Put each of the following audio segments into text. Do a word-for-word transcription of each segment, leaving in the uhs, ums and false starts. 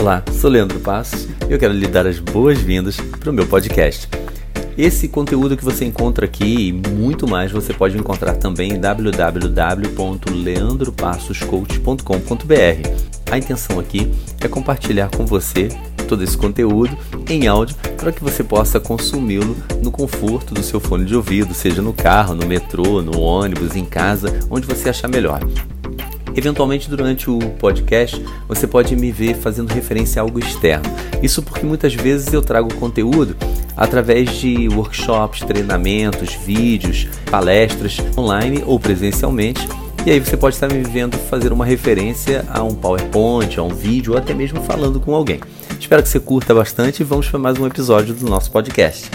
Olá, sou Leandro Passos e eu quero lhe dar as boas-vindas para o meu podcast. Esse conteúdo que você encontra aqui e muito mais você pode encontrar também em w w w ponto leandro passos coach ponto com ponto b r. A intenção aqui é compartilhar com você todo esse conteúdo em áudio para que você possa consumi-lo no conforto do seu fone de ouvido, seja no carro, no metrô, no ônibus, em casa, onde você achar melhor. Eventualmente, durante o podcast, você pode me ver fazendo referência a algo externo. Isso porque muitas vezes eu trago conteúdo através de workshops, treinamentos, vídeos, palestras, online ou presencialmente. E aí você pode estar me vendo fazer uma referência a um PowerPoint, a um vídeo ou até mesmo falando com alguém. Espero que você curta bastante e vamos para mais um episódio do nosso podcast.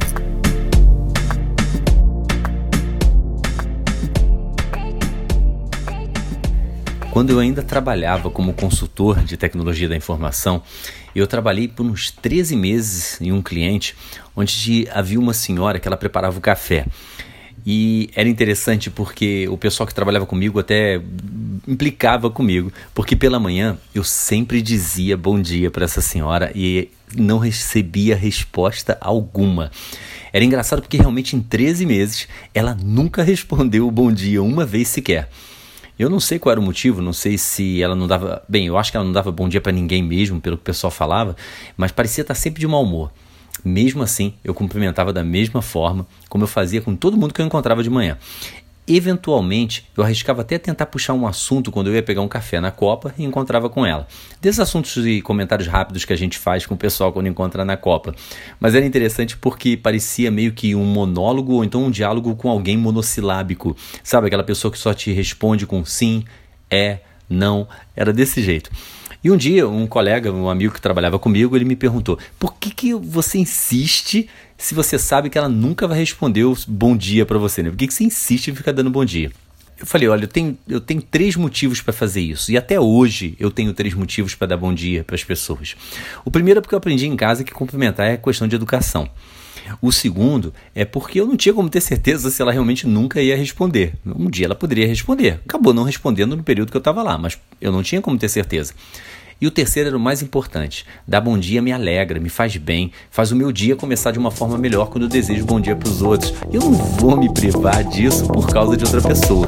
Quando eu ainda trabalhava como consultor de tecnologia da informação, eu trabalhei por uns treze meses em um cliente onde havia uma senhora que ela preparava o café. E era interessante porque o pessoal que trabalhava comigo até implicava comigo, porque pela manhã eu sempre dizia bom dia para essa senhora e não recebia resposta alguma. Era engraçado porque realmente em treze meses ela nunca respondeu o bom dia uma vez sequer. Eu não sei qual era o motivo, não sei se ela não dava... Bem, eu acho que ela não dava bom dia para ninguém mesmo, pelo que o pessoal falava, mas parecia estar sempre de mau humor. Mesmo assim, eu cumprimentava da mesma forma, como eu fazia com todo mundo que eu encontrava de manhã. Eventualmente, eu arriscava até tentar puxar um assunto quando eu ia pegar um café na Copa e encontrava com ela. Desses assuntos e comentários rápidos que a gente faz com o pessoal quando encontra na Copa. Mas era interessante porque parecia meio que um monólogo ou então um diálogo com alguém monossilábico. Sabe, aquela pessoa que só te responde com sim, é, não. Era desse jeito. E um dia, um colega, um amigo que trabalhava comigo, ele me perguntou: por que, que você insiste se você sabe que ela nunca vai responder o bom dia para você, né? Por que, que você insiste em ficar dando bom dia? Eu falei, olha, eu tenho, eu tenho três motivos para fazer isso. E até hoje eu tenho três motivos para dar bom dia para as pessoas. O primeiro é porque eu aprendi em casa que cumprimentar é questão de educação. O segundo é porque eu não tinha como ter certeza se ela realmente nunca ia responder. Um dia ela poderia responder. Acabou não respondendo no período que eu estava lá, mas eu não tinha como ter certeza. E o terceiro era o mais importante. Dar bom dia me alegra, me faz bem, faz o meu dia começar de uma forma melhor quando eu desejo bom dia para os outros. Eu não vou me privar disso por causa de outra pessoa.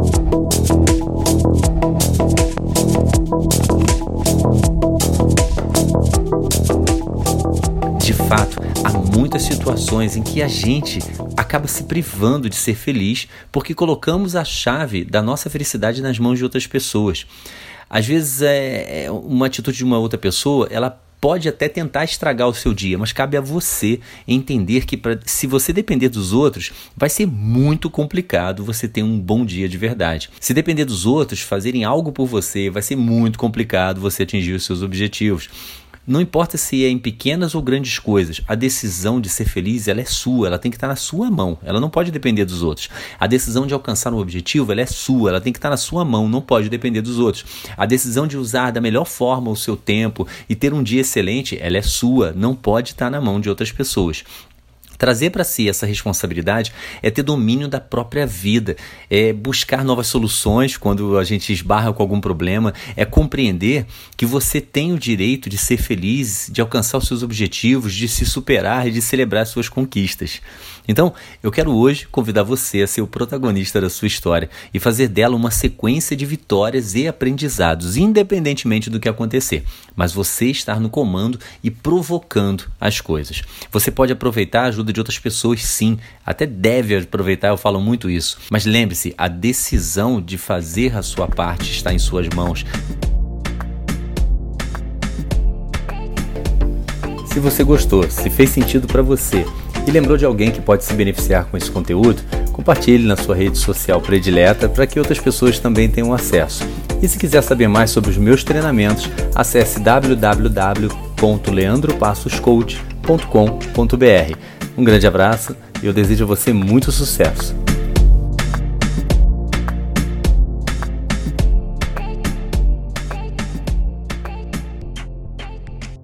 De fato, há muitas situações em que a gente acaba se privando de ser feliz porque colocamos a chave da nossa felicidade nas mãos de outras pessoas. Às vezes, é, uma atitude de uma outra pessoa, ela pode até tentar estragar o seu dia, mas cabe a você entender que pra, se você depender dos outros, vai ser muito complicado você ter um bom dia de verdade. Se depender dos outros fazerem algo por você, vai ser muito complicado você atingir os seus objetivos. Não importa se é em pequenas ou grandes coisas, a decisão de ser feliz ela é sua, ela tem que estar na sua mão, ela não pode depender dos outros. A decisão de alcançar um objetivo ela é sua, ela tem que estar na sua mão, não pode depender dos outros. A decisão de usar da melhor forma o seu tempo e ter um dia excelente, ela é sua, não pode estar na mão de outras pessoas. Trazer para si essa responsabilidade é ter domínio da própria vida, é buscar novas soluções quando a gente esbarra com algum problema, é compreender que você tem o direito de ser feliz, de alcançar os seus objetivos, de se superar e de celebrar as suas conquistas. Então, eu quero hoje convidar você a ser o protagonista da sua história e fazer dela uma sequência de vitórias e aprendizados, independentemente do que acontecer. Mas você estar no comando e provocando as coisas. Você pode aproveitar a ajuda de outras pessoas, sim, até deve aproveitar, eu falo muito isso. Mas lembre-se, a decisão de fazer a sua parte está em suas mãos. Se você gostou, se fez sentido para você e lembrou de alguém que pode se beneficiar com esse conteúdo, compartilhe na sua rede social predileta para que outras pessoas também tenham acesso. E se quiser saber mais sobre os meus treinamentos, acesse w w w ponto leandro passos coach ponto com ponto b r. Um grande abraço e eu desejo a você muito sucesso.